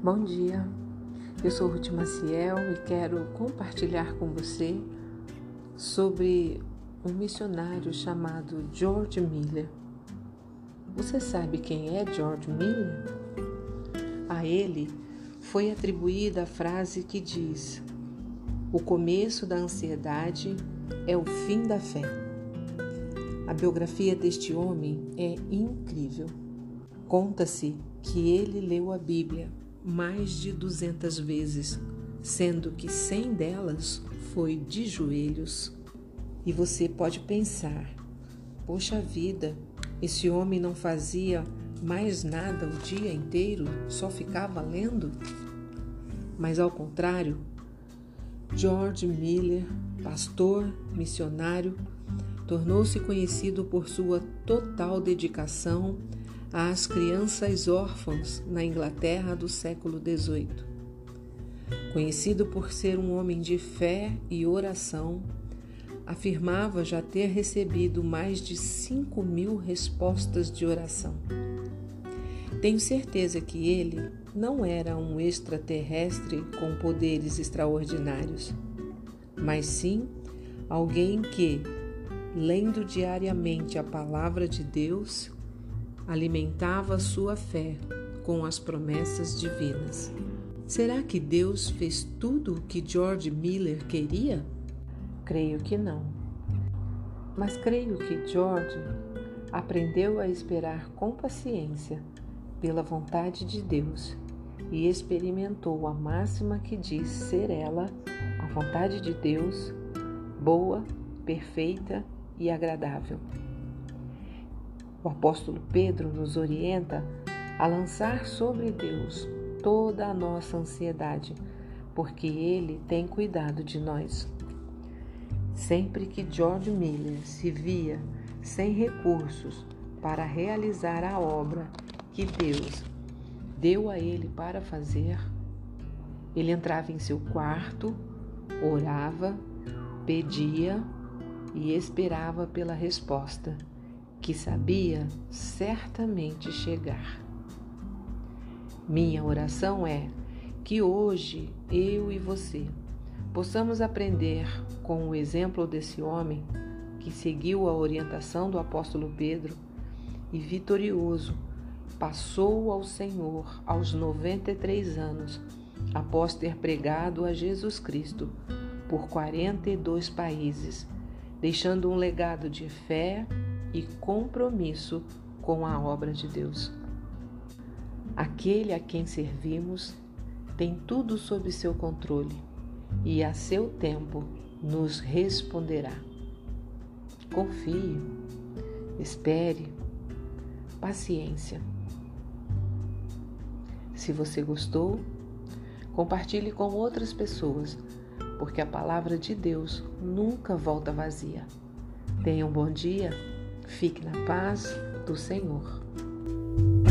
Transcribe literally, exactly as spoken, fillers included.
Bom dia, eu sou Ruth Maciel e quero compartilhar com você sobre um missionário chamado George Miller. Você sabe quem é George Miller? A ele foi atribuída a frase que diz: "O começo da ansiedade é o fim da fé." A biografia deste homem é incrível. Conta-se que ele leu a Bíblia mais de duzentas vezes, sendo que cem delas foi de joelhos. E você pode pensar: poxa vida, esse homem não fazia mais nada o dia inteiro, só ficava lendo? Mas ao contrário, George Miller, pastor, missionário, tornou-se conhecido por sua total dedicação às crianças órfãs na Inglaterra do século dezoito. Conhecido por ser um homem de fé e oração, afirmava já ter recebido mais de cinco mil respostas de oração. Tenho certeza que ele não era um extraterrestre com poderes extraordinários, mas sim alguém que, lendo diariamente a palavra de Deus, alimentava sua fé com as promessas divinas. Será que Deus fez tudo o que George Miller queria? Creio que não. Mas creio que George aprendeu a esperar com paciência pela vontade de Deus e experimentou a máxima que diz ser ela, a vontade de Deus, boa, perfeita e agradável. O apóstolo Pedro nos orienta a lançar sobre Deus toda a nossa ansiedade, porque Ele tem cuidado de nós. Sempre que George Miller se via sem recursos para realizar a obra que Deus deu a ele para fazer, ele entrava em seu quarto, orava, pedia e esperava pela resposta, que sabia certamente chegar. Minha oração é que hoje eu e você possamos aprender com o exemplo desse homem que seguiu a orientação do apóstolo Pedro e vitorioso passou ao Senhor aos noventa e três anos, após ter pregado a Jesus Cristo por quarenta e dois países, deixando um legado de fé e compromisso com a obra de Deus. Aquele a quem servimos tem tudo sob seu controle e a seu tempo nos responderá. Confie, espere, paciência. Se você gostou, compartilhe com outras pessoas, porque a palavra de Deus nunca volta vazia. Tenha um bom dia. Fique na paz do Senhor.